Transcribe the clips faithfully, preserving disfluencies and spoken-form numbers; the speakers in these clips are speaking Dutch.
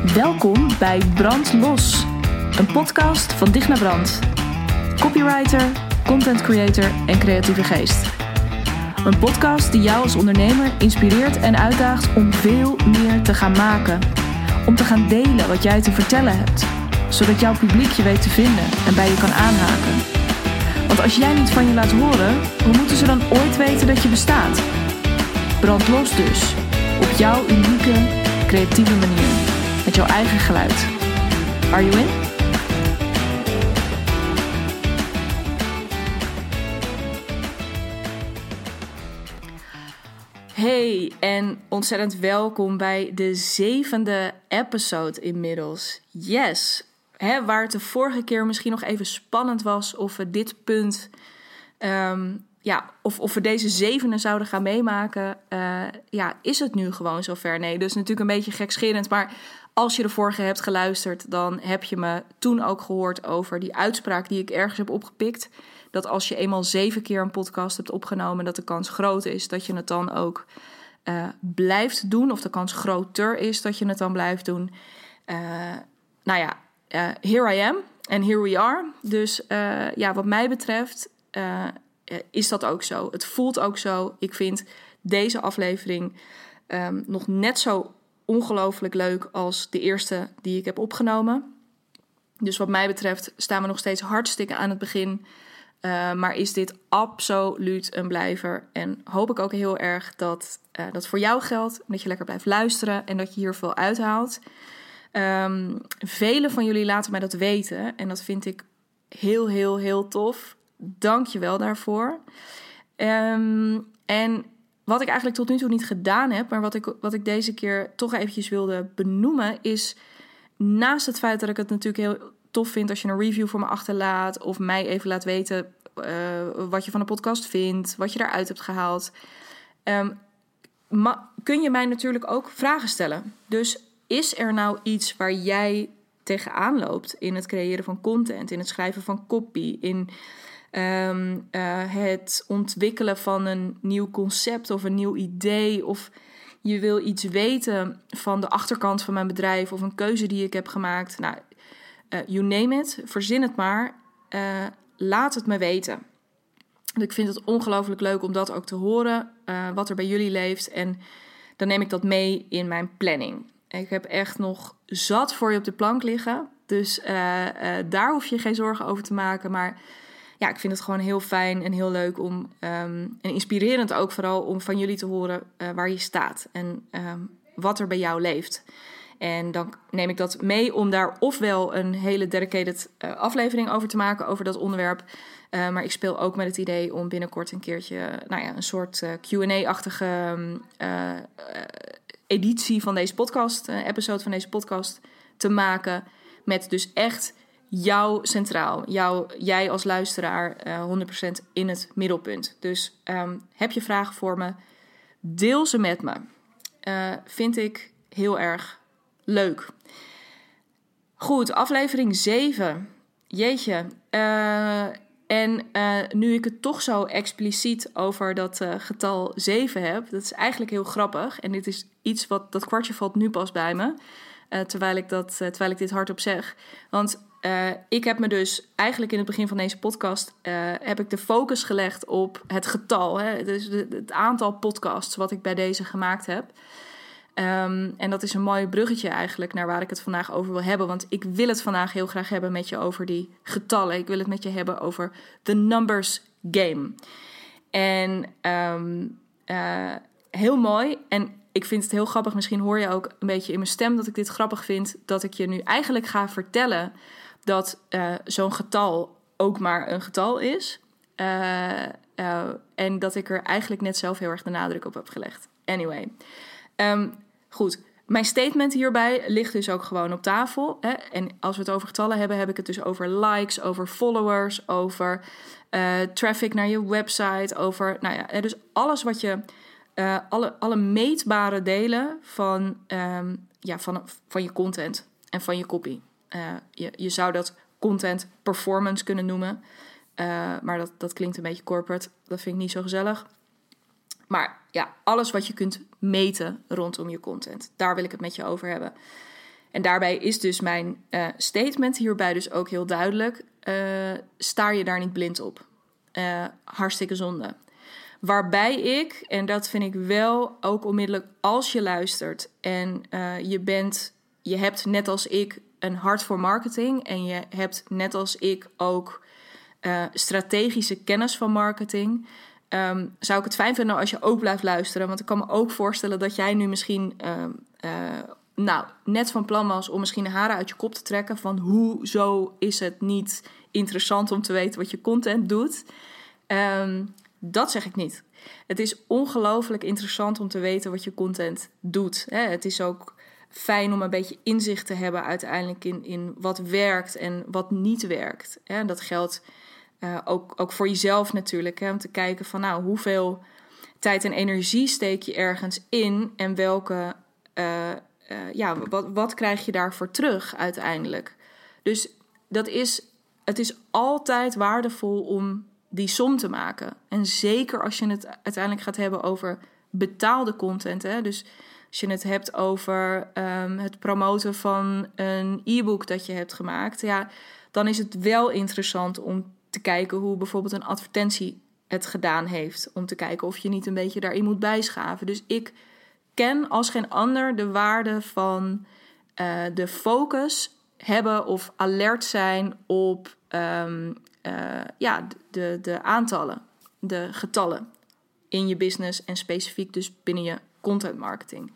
Welkom bij Brand Los, een podcast van Digna Brand. Copywriter, content creator en creatieve geest. Een podcast die jou als ondernemer inspireert en uitdaagt om veel meer te gaan maken. Om te gaan delen wat jij te vertellen hebt, zodat jouw publiek je weet te vinden en bij je kan aanhaken. Want als jij niet van je laat horen, hoe moeten ze dan ooit weten dat je bestaat? Brand los dus, op jouw unieke, creatieve manier. Met jouw eigen geluid. Are you in? Hey en ontzettend welkom bij de zevende episode inmiddels. Yes! Hè, waar het de vorige keer misschien nog even spannend was of we dit punt... Um, ja, of, of we deze zevende zouden gaan meemaken, uh, ja, is het nu gewoon zover? Nee, dus natuurlijk een beetje gekscherend, maar als je de vorige hebt geluisterd, dan heb je me toen ook gehoord over die uitspraak die ik ergens heb opgepikt. Dat als je eenmaal zeven keer een podcast hebt opgenomen, dat de kans groot is dat je het dan ook uh, blijft doen. Of de kans groter is dat je het dan blijft doen. Uh, nou ja, uh, here I am and here we are. Dus uh, ja, wat mij betreft uh, is dat ook zo. Het voelt ook zo. Ik vind deze aflevering um, nog net zo ongelooflijk leuk als de eerste die ik heb opgenomen. Dus wat mij betreft staan we nog steeds hartstikke aan het begin. Uh, maar is dit absoluut een blijver. En hoop ik ook heel erg dat uh, dat voor jou geldt. Dat je lekker blijft luisteren en dat je hier veel uithaalt. Um, vele van jullie laten mij dat weten. En dat vind ik heel, heel, heel tof. Dank je wel daarvoor. Um, en wat ik eigenlijk tot nu toe niet gedaan heb, maar wat ik, wat ik deze keer toch eventjes wilde benoemen, is naast het feit dat ik het natuurlijk heel tof vind als je een review voor me achterlaat of mij even laat weten uh, wat je van de podcast vindt, wat je daaruit hebt gehaald, um, ma- kun je mij natuurlijk ook vragen stellen. Dus is er nou iets waar jij tegenaan loopt in het creëren van content, in het schrijven van copy, in Um, uh, het ontwikkelen van een nieuw concept of een nieuw idee, of je wil iets weten van de achterkant van mijn bedrijf of een keuze die ik heb gemaakt. Nou, uh, you name it, verzin het maar. Uh, laat het me weten. Ik vind het ongelooflijk leuk om dat ook te horen, uh, wat er bij jullie leeft. En dan neem ik dat mee in mijn planning. Ik heb echt nog zat voor je op de plank liggen. Dus uh, uh, daar hoef je geen zorgen over te maken, maar ja, ik vind het gewoon heel fijn en heel leuk om, um, en inspirerend ook vooral om van jullie te horen uh, waar je staat en um, wat er bij jou leeft. En dan neem ik dat mee om daar ofwel een hele dedicated uh, aflevering over te maken, over dat onderwerp. Uh, maar ik speel ook met het idee om binnenkort een keertje, nou ja, een soort uh, Q en A-achtige uh, uh, editie van deze podcast, uh, episode van deze podcast te maken. Met dus echt jou centraal, jou, jij als luisteraar uh, honderd procent in het middelpunt. Dus um, heb je vragen voor me, deel ze met me. Uh, vind ik heel erg leuk. Goed, aflevering zeven. Jeetje. Uh, en uh, nu ik het toch zo expliciet over dat uh, getal zeven heb, dat is eigenlijk heel grappig. En dit is iets wat, dat kwartje valt nu pas bij me, uh, terwijl ik, dat, uh, terwijl ik dit hardop zeg. Want Uh, ik heb me dus eigenlijk in het begin van deze podcast Uh, heb ik de focus gelegd op het getal. Hè? Dus de, het aantal podcasts wat ik bij deze gemaakt heb. Um, en dat is een mooi bruggetje eigenlijk naar waar ik het vandaag over wil hebben. Want ik wil het vandaag heel graag hebben met je over die getallen. Ik wil het met je hebben over the numbers game. En um, uh, heel mooi. En ik vind het heel grappig. Misschien hoor je ook een beetje in mijn stem dat ik dit grappig vind. Dat ik je nu eigenlijk ga vertellen dat uh, zo'n getal ook maar een getal is. Uh, uh, en dat ik er eigenlijk net zelf heel erg de nadruk op heb gelegd. Anyway. Um, goed. Mijn statement hierbij ligt dus ook gewoon op tafel. Hè? En als we het over getallen hebben, heb ik het dus over likes, over followers, over uh, traffic naar je website, over, nou ja, dus alles wat je, uh, alle, alle meetbare delen van, um, ja, van, van je content en van je copy. Uh, je, je zou dat content performance kunnen noemen. Uh, maar dat, dat klinkt een beetje corporate. Dat vind ik niet zo gezellig. Maar ja, alles wat je kunt meten rondom je content. Daar wil ik het met je over hebben. En daarbij is dus mijn uh, statement hierbij dus ook heel duidelijk. Uh, staar je daar niet blind op. Uh, hartstikke zonde. Waarbij ik, en dat vind ik wel ook onmiddellijk als je luistert en uh, je bent, je hebt net als ik een hart voor marketing en je hebt net als ik ook uh, strategische kennis van marketing, um, zou ik het fijn vinden als je ook blijft luisteren. Want ik kan me ook voorstellen dat jij nu misschien uh, uh, nou, net van plan was om misschien de haren uit je kop te trekken van hoezo is het niet interessant om te weten wat je content doet. Um, Dat zeg ik niet. Het is ongelooflijk interessant om te weten wat je content doet. Het is ook fijn om een beetje inzicht te hebben uiteindelijk in, in wat werkt en wat niet werkt. Dat geldt uh, ook, ook voor jezelf natuurlijk. Hè, om te kijken van nou, hoeveel tijd en energie steek je ergens in en welke, uh, uh, ja, wat, wat krijg je daarvoor terug uiteindelijk. Dus dat is, het is altijd waardevol om die som te maken. En zeker als je het uiteindelijk gaat hebben over betaalde content. Hè? Dus als je het hebt over um, het promoten van een e-book dat je hebt gemaakt. Ja, dan is het wel interessant om te kijken hoe bijvoorbeeld een advertentie het gedaan heeft. Om te kijken of je niet een beetje daarin moet bijschaven. Dus ik ken als geen ander de waarde van uh, de focus hebben of alert zijn op Um, Uh, ja, de, de aantallen, de getallen in je business en specifiek dus binnen je content marketing.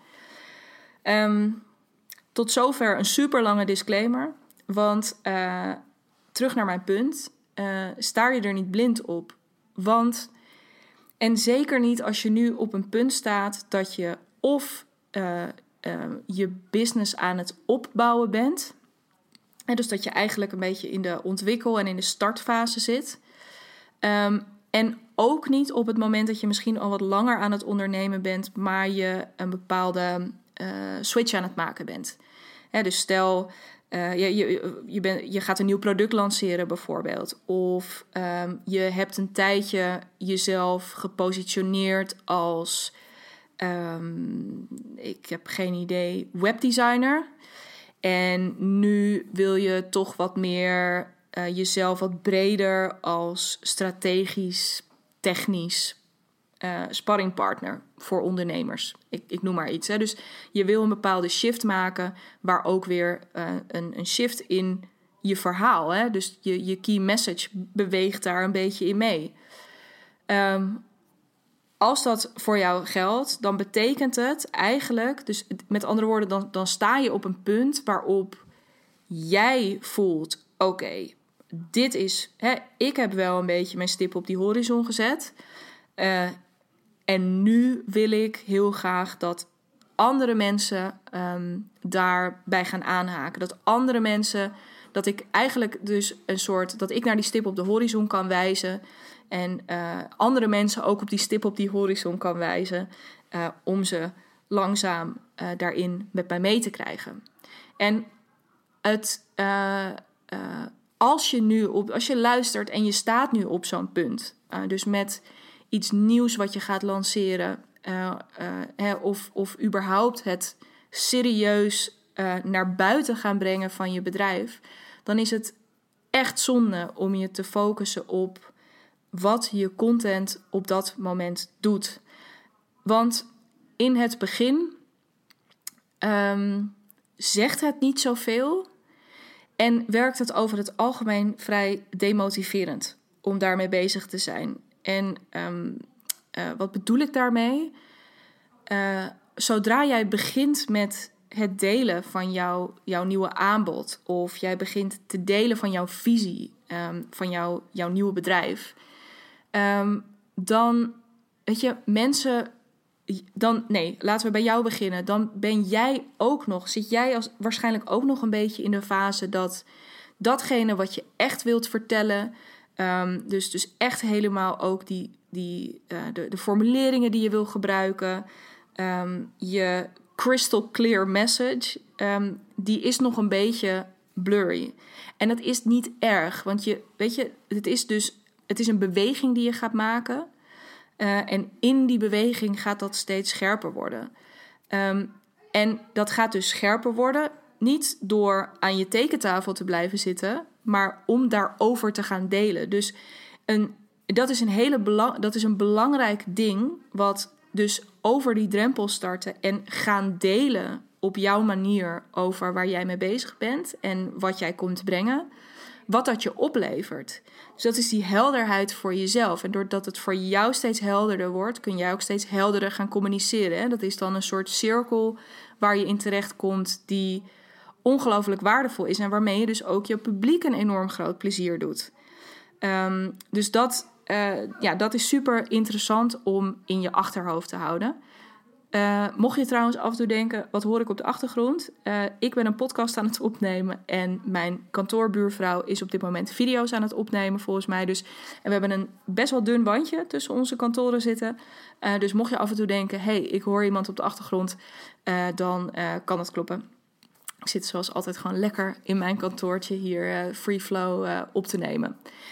Um, tot zover een super lange disclaimer, want uh, terug naar mijn punt, uh, staar je er niet blind op. Want, en zeker niet als je nu op een punt staat dat je of uh, uh, je business aan het opbouwen bent. En dus dat je eigenlijk een beetje in de ontwikkel- en in de startfase zit. Um, en ook niet op het moment dat je misschien al wat langer aan het ondernemen bent, maar je een bepaalde uh, switch aan het maken bent. Hè, dus stel, uh, je, je, je, ben, je gaat een nieuw product lanceren bijvoorbeeld. Of um, je hebt een tijdje jezelf gepositioneerd als, um, ik heb geen idee, webdesigner. En nu wil je toch wat meer uh, jezelf wat breder als strategisch, technisch uh, sparringpartner voor ondernemers. Ik, ik noem maar iets. Hè. Dus je wil een bepaalde shift maken waar ook weer uh, een, een shift in je verhaal. Hè. Dus je, je key message beweegt daar een beetje in mee. Um, Als dat voor jou geldt, dan betekent het eigenlijk, dus met andere woorden, dan, dan sta je op een punt waarop jij voelt, oké, okay, dit is, hè, ik heb wel een beetje mijn stip op die horizon gezet. Uh, en nu wil ik heel graag dat andere mensen um, daarbij gaan aanhaken. Dat andere mensen, dat ik eigenlijk dus een soort, dat ik naar die stip op de horizon kan wijzen. En uh, andere mensen ook op die stip op die horizon kan wijzen. Uh, om ze langzaam uh, daarin met mij mee te krijgen. En het, uh, uh, als je nu op, als je luistert en je staat nu op zo'n punt. Uh, dus met iets nieuws wat je gaat lanceren. Uh, uh, hè, of, of überhaupt het serieus uh, naar buiten gaan brengen van je bedrijf. Dan is het echt zonde om je te focussen op wat je content op dat moment doet. Want in het begin um, zegt het niet zoveel en werkt het over het algemeen vrij demotiverend om daarmee bezig te zijn. En um, uh, wat bedoel ik daarmee? Uh, zodra jij begint met het delen van jouw, jouw nieuwe aanbod, of jij begint te delen van jouw visie, um, van jouw, jouw nieuwe bedrijf, Um, dan, weet je, mensen, dan, nee, laten we bij jou beginnen. Dan ben jij ook nog, zit jij als, waarschijnlijk ook nog een beetje in de fase dat datgene wat je echt wilt vertellen, um, dus, dus echt helemaal ook die, die, uh, de, de formuleringen die je wil gebruiken, um, je crystal clear message, um, die is nog een beetje blurry. En dat is niet erg, want je, weet je, het is dus Het is een beweging die je gaat maken. Uh, en in die beweging gaat dat steeds scherper worden. Um, en dat gaat dus scherper worden niet door aan je tekentafel te blijven zitten, maar om daarover te gaan delen. Dus een, dat, is een hele belang, dat is een belangrijk ding, wat dus over die drempel starten en gaan delen op jouw manier over waar jij mee bezig bent en wat jij komt brengen, wat dat je oplevert. Dus dat is die helderheid voor jezelf. En doordat het voor jou steeds helderder wordt, kun jij ook steeds helderder gaan communiceren. Hè? Dat is dan een soort cirkel waar je in terecht komt die ongelooflijk waardevol is en waarmee je dus ook je publiek een enorm groot plezier doet. Um, dus dat, uh, ja, dat is super interessant om in je achterhoofd te houden. Uh, mocht je trouwens af en toe denken, wat hoor ik op de achtergrond? Uh, ik ben een podcast aan het opnemen en mijn kantoorbuurvrouw is op dit moment video's aan het opnemen volgens mij. Dus, en we hebben een best wel dun bandje tussen onze kantoren zitten. Uh, dus mocht je af en toe denken, hey, ik hoor iemand op de achtergrond, uh, dan uh, kan het kloppen. Ik zit zoals altijd gewoon lekker in mijn kantoortje hier uh, free flow uh, op te nemen.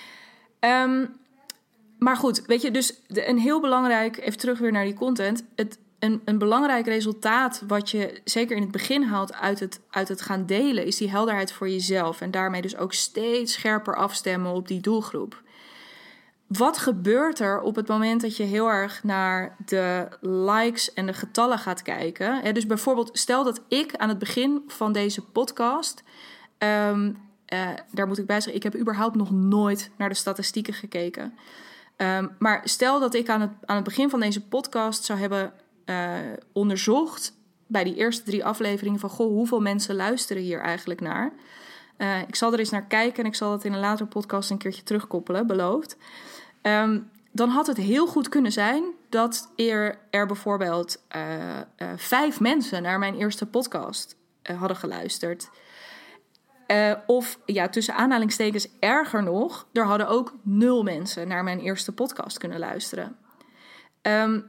Um, maar goed, weet je, dus de, een heel belangrijk, even terug weer naar die content. Het, een, een belangrijk resultaat wat je zeker in het begin haalt uit het, uit het gaan delen, is die helderheid voor jezelf. En daarmee dus ook steeds scherper afstemmen op die doelgroep. Wat gebeurt er op het moment dat je heel erg naar de likes en de getallen gaat kijken? Ja, dus bijvoorbeeld, stel dat ik aan het begin van deze podcast, Um, uh, daar moet ik bij zeggen, ik heb überhaupt nog nooit naar de statistieken gekeken. Um, maar stel dat ik aan het, aan het begin van deze podcast zou hebben uh, onderzocht bij die eerste drie afleveringen van, goh, hoeveel mensen luisteren hier eigenlijk naar? Uh, ik zal er eens naar kijken en ik zal dat in een latere podcast een keertje terugkoppelen, beloofd. Um, dan had het heel goed kunnen zijn dat er, er bijvoorbeeld uh, uh, vijf mensen naar mijn eerste podcast uh, hadden geluisterd. Uh, of ja, tussen aanhalingstekens erger nog, er hadden ook nul mensen naar mijn eerste podcast kunnen luisteren. Um,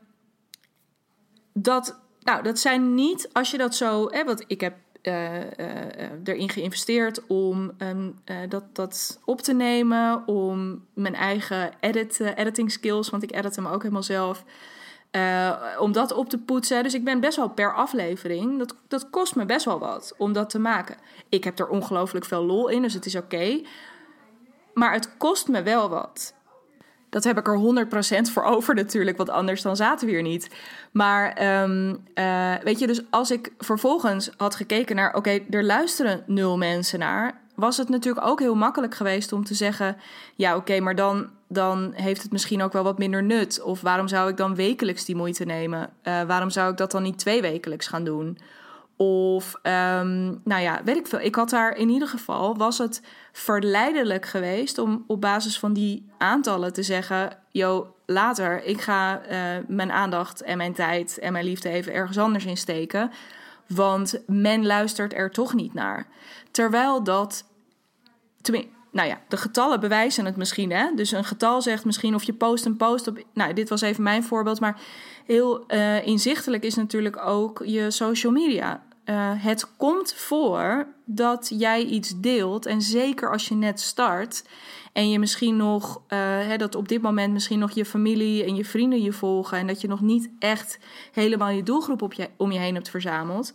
dat, nou, dat zijn niet, als je dat zo, hè, want ik heb uh, uh, erin geïnvesteerd om um, uh, dat, dat op te nemen, om mijn eigen edit, uh, editing skills, want ik edit hem ook helemaal zelf, Uh, om dat op te poetsen. Dus ik ben best wel per aflevering. Dat, dat kost me best wel wat om dat te maken. Ik heb er ongelooflijk veel lol in, dus het is oké. Okay. Maar het kost me wel wat. Dat heb ik er honderd procent voor over natuurlijk, want anders dan zaten we hier niet. Maar um, uh, weet je, dus als ik vervolgens had gekeken naar, oké, okay, er luisteren nul mensen naar, was het natuurlijk ook heel makkelijk geweest om te zeggen, ja oké, okay, maar dan, dan heeft het misschien ook wel wat minder nut. Of waarom zou ik dan wekelijks die moeite nemen? Uh, waarom zou ik dat dan niet twee wekelijks gaan doen? Of, um, nou ja, weet ik veel. Ik had daar in ieder geval, was het verleidelijk geweest om op basis van die aantallen te zeggen, yo, later, ik ga uh, mijn aandacht en mijn tijd en mijn liefde even ergens anders in steken. Want men luistert er toch niet naar. Terwijl dat, tenminste, nou ja, de getallen bewijzen het misschien, hè. Dus een getal zegt misschien of je post een post op, nou, dit was even mijn voorbeeld, maar heel uh, inzichtelijk is natuurlijk ook je social media. Uh, het komt voor dat jij iets deelt, en zeker als je net start en je misschien nog, uh, hè, dat op dit moment misschien nog je familie en je vrienden je volgen en dat je nog niet echt helemaal je doelgroep op je, om je heen hebt verzameld,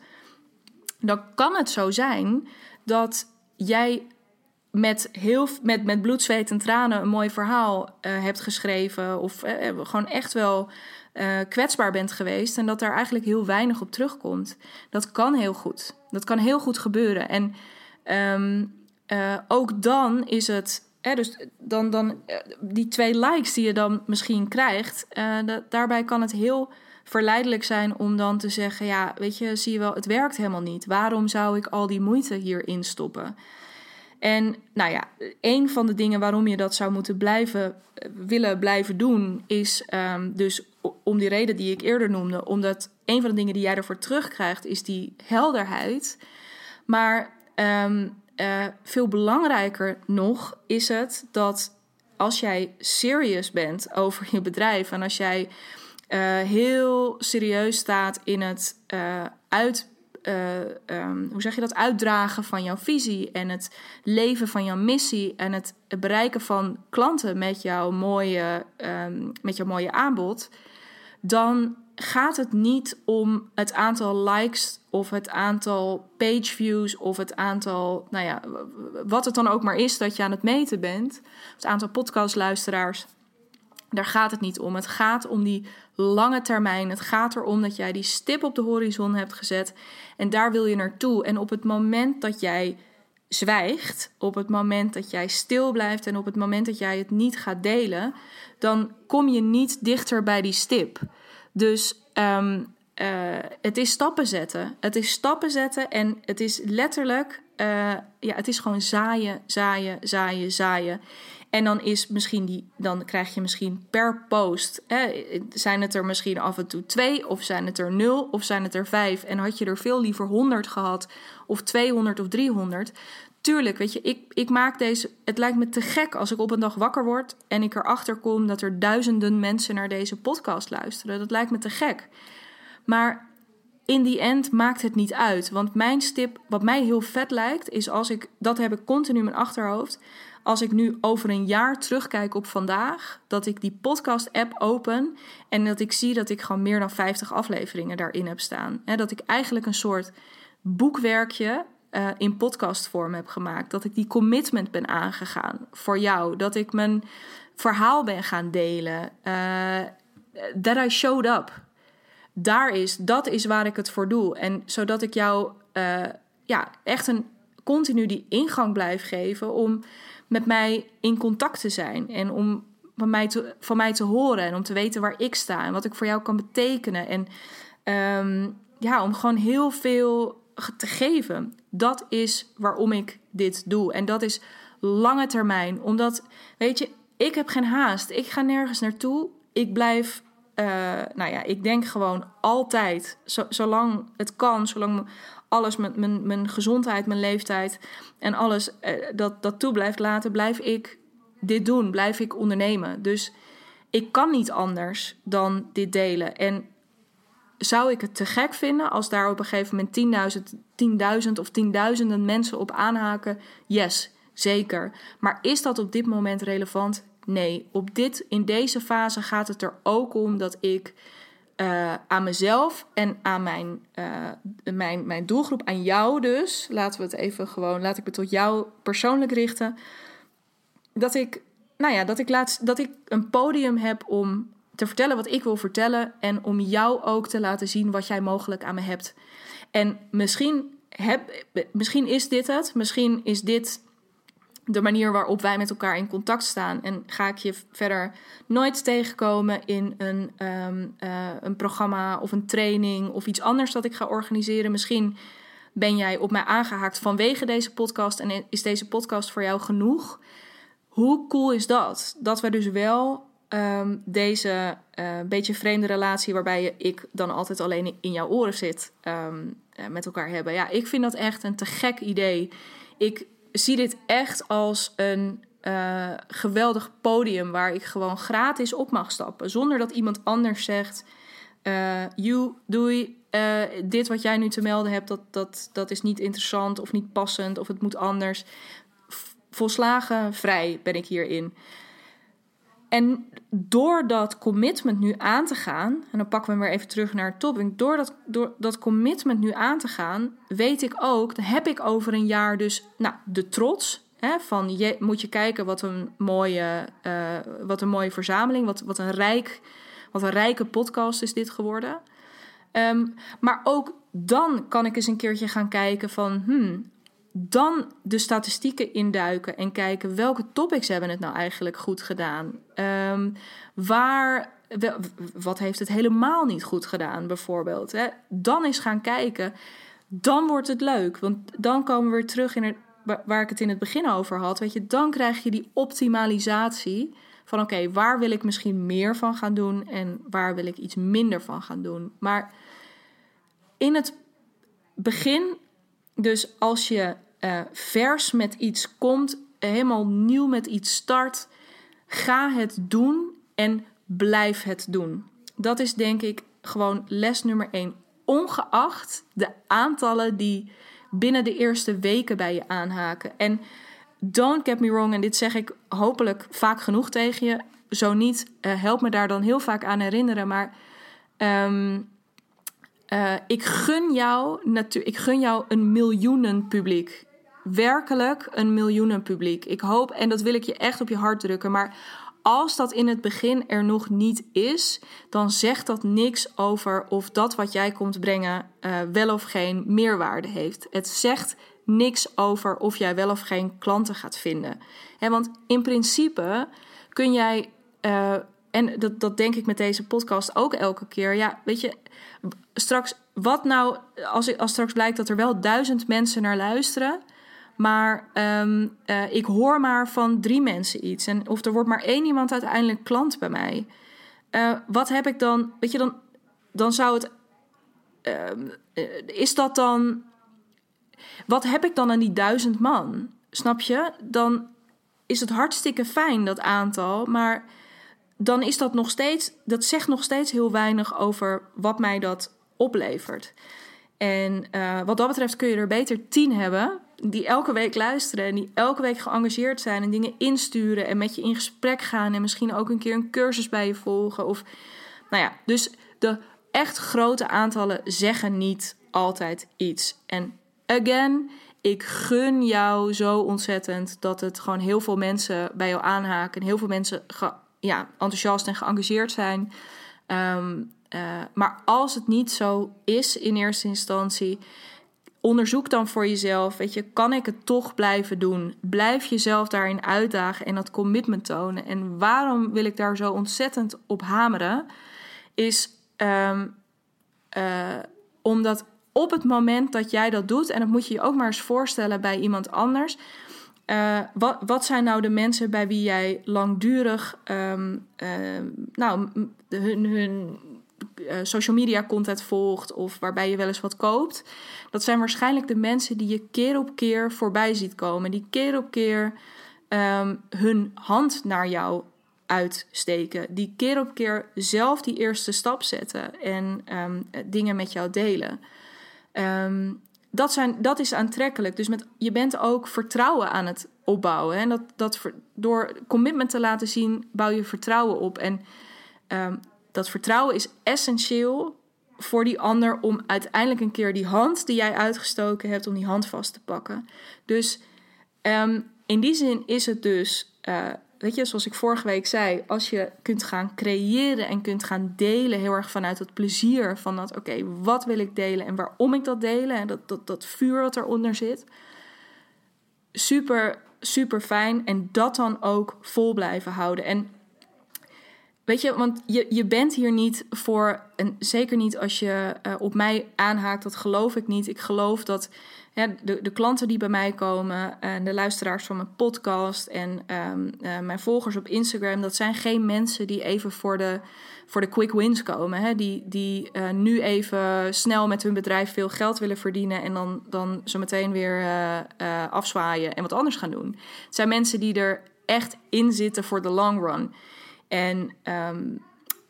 dan kan het zo zijn dat jij met, heel, met, met bloed, zweet en tranen een mooi verhaal uh, hebt geschreven of uh, gewoon echt wel uh, kwetsbaar bent geweest en dat daar eigenlijk heel weinig op terugkomt. Dat kan heel goed. Dat kan heel goed gebeuren. En um, uh, ook dan is het, eh, dus dan, dan uh, die twee likes die je dan misschien krijgt, uh, da- daarbij kan het heel verleidelijk zijn om dan te zeggen, ja, weet je, zie je wel, het werkt helemaal niet. Waarom zou ik al die moeite hierin stoppen? En nou ja, een van de dingen waarom je dat zou moeten blijven, willen blijven doen, is um, dus om die reden die ik eerder noemde, omdat een van de dingen die jij ervoor terugkrijgt, is die helderheid. Maar um, uh, veel belangrijker nog is het dat als jij serious bent over je bedrijf en als jij uh, heel serieus staat in het uh, uit Uh, um, hoe zeg je dat, uitdragen van jouw visie en het leven van jouw missie en het bereiken van klanten met jouw mooie, um, met jouw mooie aanbod, dan gaat het niet om het aantal likes of het aantal pageviews of het aantal, nou ja, wat het dan ook maar is dat je aan het meten bent. Het aantal podcastluisteraars. Daar gaat het niet om. Het gaat om die lange termijn. Het gaat erom dat jij die stip op de horizon hebt gezet. En daar wil je naartoe. En op het moment dat jij zwijgt, op het moment dat jij stil blijft en op het moment dat jij het niet gaat delen, dan kom je niet dichter bij die stip. Dus um, uh, het is stappen zetten. Het is stappen zetten en het is letterlijk, uh, ja, het is gewoon zaaien, zaaien, zaaien, zaaien. En dan is misschien die, dan krijg je misschien per post, hè, zijn het er misschien af en toe twee, of zijn het er nul, of zijn het er vijf. En had je er veel liever honderd gehad, of tweehonderd of driehonderd. Tuurlijk, weet je, ik, ik maak deze, het lijkt me te gek als ik op een dag wakker word en ik erachter kom dat er duizenden mensen naar deze podcast luisteren. Dat lijkt me te gek. Maar in die end maakt het niet uit. Want mijn stip, wat mij heel vet lijkt, is als ik, dat heb ik continu in mijn achterhoofd, als ik nu over een jaar terugkijk op vandaag, dat ik die podcast-app open en dat ik zie dat ik gewoon meer dan vijftig afleveringen daarin heb staan. He, dat ik eigenlijk een soort boekwerkje uh, in podcastvorm heb gemaakt. Dat ik die commitment ben aangegaan voor jou. Dat ik mijn verhaal ben gaan delen. Uh, that I showed up. Daar is, dat is waar ik het voor doe. En zodat ik jou uh, ja, echt een continu die ingang blijf geven om met mij in contact te zijn. En om van mij te, van mij te horen. En om te weten waar ik sta. En wat ik voor jou kan betekenen. En um, ja, om gewoon heel veel te geven. Dat is waarom ik dit doe. En dat is lange termijn. Omdat, weet je, ik heb geen haast. Ik ga nergens naartoe. Ik blijf, uh, nou ja, ik denk gewoon altijd, zo, zolang het kan, zolang alles, mijn, mijn, mijn gezondheid, mijn leeftijd en alles uh, dat, dat toe blijft laten, blijf ik dit doen, blijf ik ondernemen. Dus ik kan niet anders dan dit delen. En zou ik het te gek vinden als daar op een gegeven moment tienduizend, tienduizend of tienduizenden mensen op aanhaken? Yes, zeker. Maar is dat op dit moment relevant? Nee. Op dit, in deze fase gaat het er ook om dat ik uh, aan mezelf en aan mijn, uh, mijn, mijn doelgroep, aan jou dus, laten we het even gewoon, laat ik me tot jou persoonlijk richten, dat ik, nou ja, dat ik, laat, dat ik een podium heb om te vertellen wat ik wil vertellen en om jou ook te laten zien wat jij mogelijk aan me hebt. En misschien, heb, misschien is dit het, misschien is dit de manier waarop wij met elkaar in contact staan. En ga ik je verder nooit tegenkomen in een, um, uh, een programma of een training of iets anders dat ik ga organiseren. Misschien ben jij op mij aangehaakt vanwege deze podcast en is deze podcast voor jou genoeg. Hoe cool is dat? Dat we dus wel um, deze uh, beetje vreemde relatie waarbij ik dan altijd alleen in jouw oren zit um, uh, met elkaar hebben. Ja, ik vind dat echt een te gek idee. Ik zie dit echt als een uh, geweldig podium waar ik gewoon gratis op mag stappen. Zonder dat iemand anders zegt, uh, you, doei, uh, dit wat jij nu te melden hebt, dat, dat, dat is niet interessant of niet passend of het moet anders. Volslagen vrij ben ik hierin. En door dat commitment nu aan te gaan, en dan pakken we hem weer even terug naar het topic, door dat, door dat commitment nu aan te gaan, weet ik ook, dan heb ik over een jaar dus nou, de trots, hè, van je, moet je kijken wat een mooie, uh, wat een mooie verzameling, wat, wat, een rijk, wat een rijke podcast is dit geworden. Um, maar ook dan kan ik eens een keertje gaan kijken van, hmm, dan de statistieken induiken en kijken welke topics hebben het nou eigenlijk goed gedaan. Um, waar, wel, wat heeft het helemaal niet goed gedaan bijvoorbeeld. Hè? Dan eens gaan kijken, dan wordt het leuk. Want dan komen we weer terug in het, waar ik het in het begin over had. Weet je, dan krijg je die optimalisatie van oké, okay, waar wil ik misschien meer van gaan doen en waar wil ik iets minder van gaan doen. Maar in het begin, dus als je uh, vers met iets komt, helemaal nieuw met iets start, ga het doen en blijf het doen. Dat is denk ik gewoon les nummer één. Ongeacht de aantallen die binnen de eerste weken bij je aanhaken. En don't get me wrong, en dit zeg ik hopelijk vaak genoeg tegen je. Zo niet, uh, help me daar dan heel vaak aan herinneren. Maar Um, uh, ik gun jou natu- ik gun jou een miljoenen publiek. Werkelijk een miljoenen publiek. Ik hoop, en dat wil ik je echt op je hart drukken, maar als dat in het begin er nog niet is, dan zegt dat niks over of dat wat jij komt brengen uh, wel of geen meerwaarde heeft. Het zegt niks over of jij wel of geen klanten gaat vinden. He, want in principe kun jij, uh, en dat, dat denk ik met deze podcast ook elke keer, ja, weet je, straks, wat nou als, als straks blijkt dat er wel duizend mensen naar luisteren, maar um, uh, ik hoor maar van drie mensen iets. En of er wordt maar één iemand uiteindelijk klant bij mij. Uh, wat heb ik dan? Weet je, dan, dan zou het... Uh, uh, is dat dan... Wat heb ik dan aan die duizend man? Snap je? Dan is het hartstikke fijn, dat aantal. Maar dan is dat nog steeds... Dat zegt nog steeds heel weinig over wat mij dat oplevert. En uh, wat dat betreft kun je er beter tien hebben die elke week luisteren en die elke week geëngageerd zijn en dingen insturen en met je in gesprek gaan en misschien ook een keer een cursus bij je volgen. Of, nou ja, dus de echt grote aantallen zeggen niet altijd iets. En again, ik gun jou zo ontzettend dat het gewoon heel veel mensen bij jou aanhaken en heel veel mensen ge, ja, enthousiast en geëngageerd zijn. Um, uh, maar als het niet zo is in eerste instantie, onderzoek dan voor jezelf, weet je, kan ik het toch blijven doen? Blijf jezelf daarin uitdagen en dat commitment tonen. En waarom wil ik daar zo ontzettend op hameren? Is um, uh, omdat op het moment dat jij dat doet, en dat moet je je ook maar eens voorstellen bij iemand anders, Uh, wat, wat zijn nou de mensen bij wie jij langdurig um, uh, nou, hun, hun uh, social media content volgt of waarbij je wel eens wat koopt? Dat zijn waarschijnlijk de mensen die je keer op keer voorbij ziet komen. Die keer op keer um, hun hand naar jou uitsteken. Die keer op keer zelf die eerste stap zetten en um, dingen met jou delen. Um, Dat, zijn, dat is aantrekkelijk. Dus met, je bent ook vertrouwen aan het opbouwen. Hè? Dat, dat ver, door commitment te laten zien, bouw je vertrouwen op. En um, dat vertrouwen is essentieel voor die ander om uiteindelijk een keer die hand die jij uitgestoken hebt, om die hand vast te pakken. Dus um, in die zin is het dus, uh, weet je, zoals ik vorige week zei, als je kunt gaan creëren en kunt gaan delen, heel erg vanuit het plezier van dat, oké, okay, wat wil ik delen en waarom ik dat delen en dat, dat, dat vuur wat eronder zit. Super, super fijn en dat dan ook vol blijven houden. En weet je, want je, je bent hier niet voor, en zeker niet als je uh, op mij aanhaakt, dat geloof ik niet. Ik geloof dat ja, de, de klanten die bij mij komen en de luisteraars van mijn podcast en um, uh, mijn volgers op Instagram, dat zijn geen mensen die even voor de, voor de quick wins komen. Hè? Die, die uh, nu even snel met hun bedrijf veel geld willen verdienen en dan, dan zo meteen weer uh, uh, afzwaaien en wat anders gaan doen. Het zijn mensen die er echt in zitten voor de long run. En um,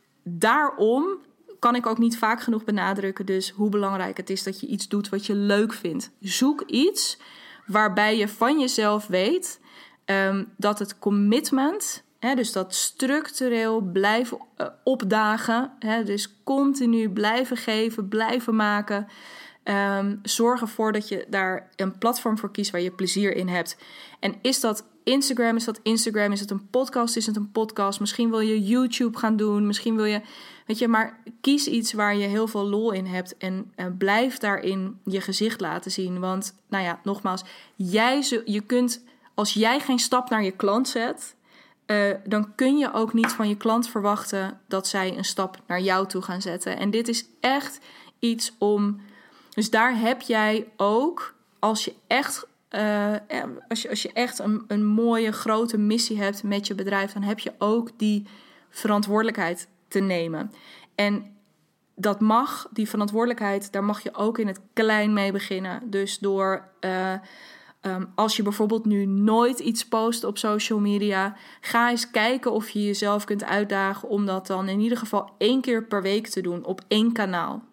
daarom kan ik ook niet vaak genoeg benadrukken dus hoe belangrijk het is dat je iets doet wat je leuk vindt. Zoek iets waarbij je van jezelf weet um, dat het commitment, hè, dus dat structureel blijven uh, opdagen, hè, dus continu blijven geven, blijven maken. Um, zorg ervoor dat je daar een platform voor kiest waar je plezier in hebt. En is dat Instagram, is dat Instagram, is het een podcast, is het een podcast? Misschien wil je YouTube gaan doen, misschien wil je, weet je, maar kies iets waar je heel veel lol in hebt en uh, blijf daarin je gezicht laten zien. Want, nou ja, nogmaals, jij zul, je kunt, als jij geen stap naar je klant zet, uh, dan kun je ook niet van je klant verwachten dat zij een stap naar jou toe gaan zetten. En dit is echt iets om, dus daar heb jij ook, als je echt Uh, als je, als je echt een, een mooie grote missie hebt met je bedrijf, dan heb je ook die verantwoordelijkheid te nemen. En dat mag, die verantwoordelijkheid, daar mag je ook in het klein mee beginnen. Dus door, uh, um, als je bijvoorbeeld nu nooit iets post op social media, ga eens kijken of je jezelf kunt uitdagen om dat dan in ieder geval één keer per week te doen op één kanaal.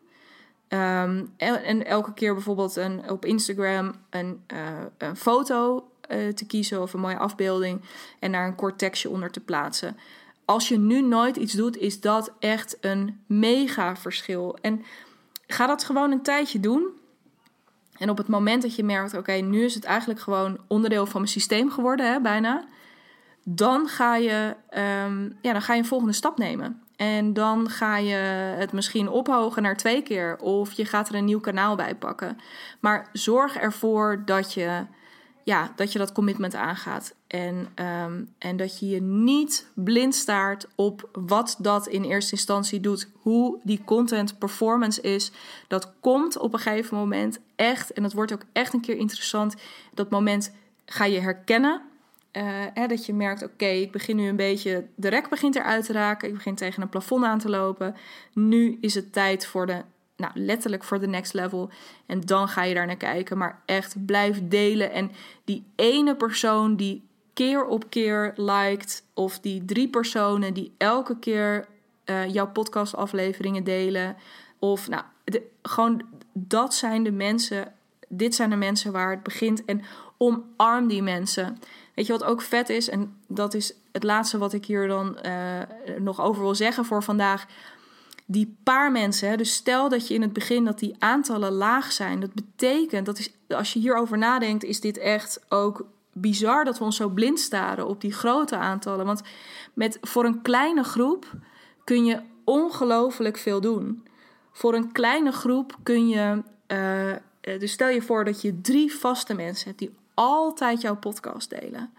Um, en, en elke keer bijvoorbeeld een, op Instagram een, uh, een foto uh, te kiezen of een mooie afbeelding en daar een kort tekstje onder te plaatsen. als je nu nooit iets doet, is dat echt een mega verschil. En ga dat gewoon een tijdje doen. En op het moment dat je merkt, oké, okay, nu is het eigenlijk gewoon onderdeel van mijn systeem geworden, hè, bijna. Dan ga je, um, ja, dan ga je een volgende stap nemen. En dan ga je het misschien ophogen naar twee keer. Of je gaat er een nieuw kanaal bij pakken. Maar zorg ervoor dat je, ja, dat, je dat commitment aangaat. En, um, en dat je je niet blind staart op wat dat in eerste instantie doet. Hoe die content performance is. Dat komt op een gegeven moment echt. En dat wordt ook echt een keer interessant. Dat moment ga je herkennen. Uh, hè, dat je merkt, oké, okay, ik begin nu een beetje... De rek begint eruit te raken. Ik begin tegen een plafond aan te lopen. Nu is het tijd voor de... Nou, letterlijk voor de next level. En dan ga je daar naar kijken. Maar echt, blijf delen. En die ene persoon die keer op keer liked... of die drie personen die elke keer uh, jouw podcastafleveringen delen... of nou, de, gewoon dat zijn de mensen... Dit zijn de mensen waar het begint. En omarm die mensen. Weet je wat ook vet is? En dat is het laatste wat ik hier dan uh, nog over wil zeggen voor vandaag. Die paar mensen, hè, dus stel dat je in het begin dat die aantallen laag zijn. Dat betekent, dat is, als je hierover nadenkt, is dit echt ook bizar dat we ons zo blind staren op die grote aantallen. Want met, voor een kleine groep kun je ongelooflijk veel doen. Voor een kleine groep kun je... Uh, dus stel je voor dat je drie vaste mensen hebt die altijd jouw podcast delen.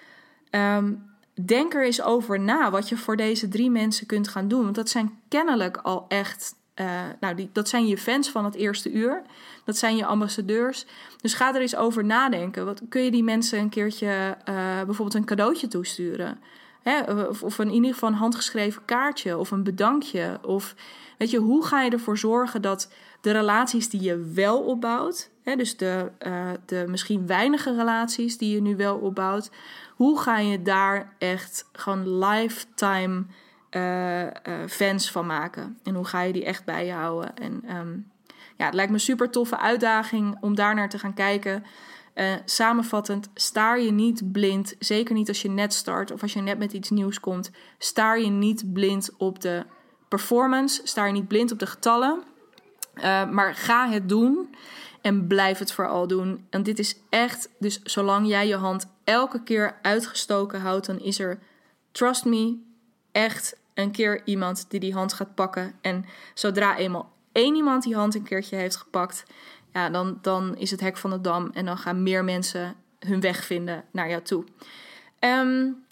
Um, denk er eens over na wat je voor deze drie mensen kunt gaan doen. Want dat zijn kennelijk al echt... Uh, nou, die, dat zijn je fans van het eerste uur. Dat zijn je ambassadeurs. Dus ga er eens over nadenken. Wat, kun je die mensen een keertje uh, bijvoorbeeld een cadeautje toesturen? Hè? Of, of een, in ieder geval een handgeschreven kaartje of een bedankje. Of weet je, hoe ga je ervoor zorgen dat de relaties die je wel opbouwt... Hè, dus de, uh, de misschien weinige relaties die je nu wel opbouwt... hoe ga je daar echt gewoon lifetime uh, uh, fans van maken? En hoe ga je die echt bij je houden? En um, ja, het lijkt me een super toffe uitdaging om daar naar te gaan kijken. Uh, samenvattend, staar je niet blind, zeker niet als je net start... of als je net met iets nieuws komt, staar je niet blind op de performance... staar je niet blind op de getallen, uh, maar ga het doen... En blijf het vooral doen. En dit is echt, dus zolang jij je hand elke keer uitgestoken houdt... dan is er, trust me, echt een keer iemand die die hand gaat pakken. En zodra eenmaal één iemand die hand een keertje heeft gepakt... ja, dan, dan is het hek van de dam. En dan gaan meer mensen hun weg vinden naar jou toe. Um,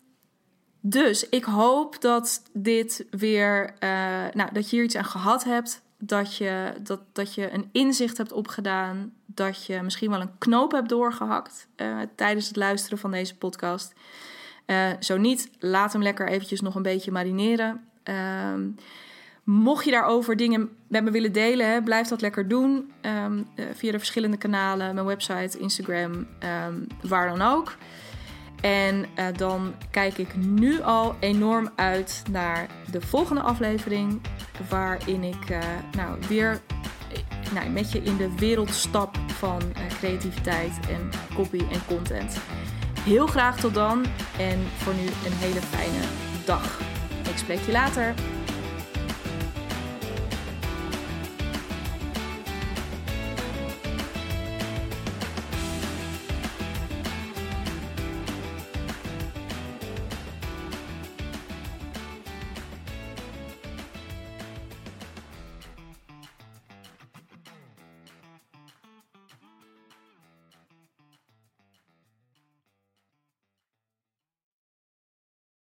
dus ik hoop dat dit weer, uh, nou, dat je hier iets aan gehad hebt... Dat je, dat, dat je een inzicht hebt opgedaan. Dat je misschien wel een knoop hebt doorgehakt uh, tijdens het luisteren van deze podcast. Uh, zo niet, laat hem lekker eventjes nog een beetje marineren. Uh, mocht je daarover dingen met me willen delen, hè, blijf dat lekker doen. Um, uh, via de verschillende kanalen, mijn website, Instagram, um, waar dan ook. En uh, dan kijk ik nu al enorm uit naar de volgende aflevering... waarin ik uh, nou, weer nou, met je in de wereld stap van uh, creativiteit en copy en content. Heel graag tot dan en voor nu een hele fijne dag. Ik spreek je later.